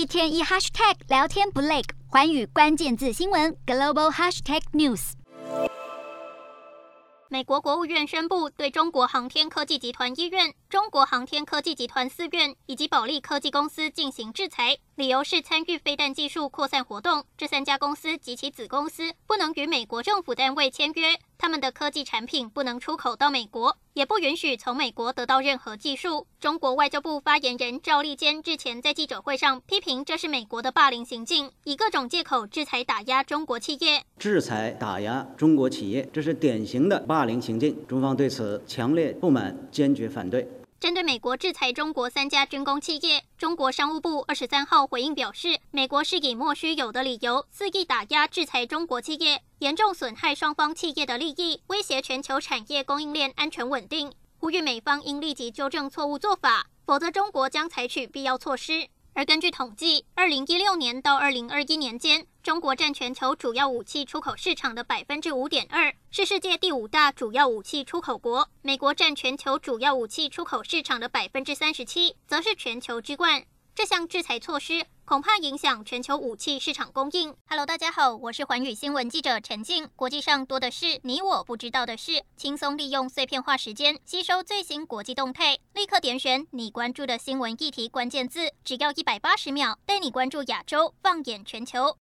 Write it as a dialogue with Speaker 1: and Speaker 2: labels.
Speaker 1: 天一 hashtag 聊天不累，寰宇关键字新闻 global hashtag news。
Speaker 2: 美国国务院宣布，对中国航天科技集团1院、中国航天科技集团4院以及保利科技公司进行制裁，理由是参与飞弹技术扩散活动。这3家公司及其子公司不能与美国政府单位签约，他们的科技产品不能出口到美国，也不允许从美国得到任何技术。中国外交部发言人赵立坚日前在记者会上批评这是美国的霸凌行径，以各种借口制裁打压中国企业。
Speaker 3: 制裁打压中国企业，这是典型的霸凌行径，中方对此强烈不满，坚决反对。
Speaker 2: 针对美国制裁中国3家军工企业，中国商务部23号回应表示，美国是以莫须有的理由肆意打压制裁中国企业，严重损害双方企业的利益，威胁全球产业供应链安全稳定，呼吁美方应立即纠正错误做法，否则中国将采取必要措施。而根据统计，2016年到2021年间，中国占全球主要武器出口市场的 5.2%， 是世界第5大主要武器出口国。美国占全球主要武器出口市场的 37%， 则是全球之冠。这项制裁措施恐怕影响全球武器市场供应。Hello， 大家好，我是寰宇新闻记者陈静。国际上多的是你我不知道的事，轻松利用碎片化时间吸收最新国际动态，立刻点选你关注的新闻议题关键字，只要180秒，带你关注亚洲，放眼全球。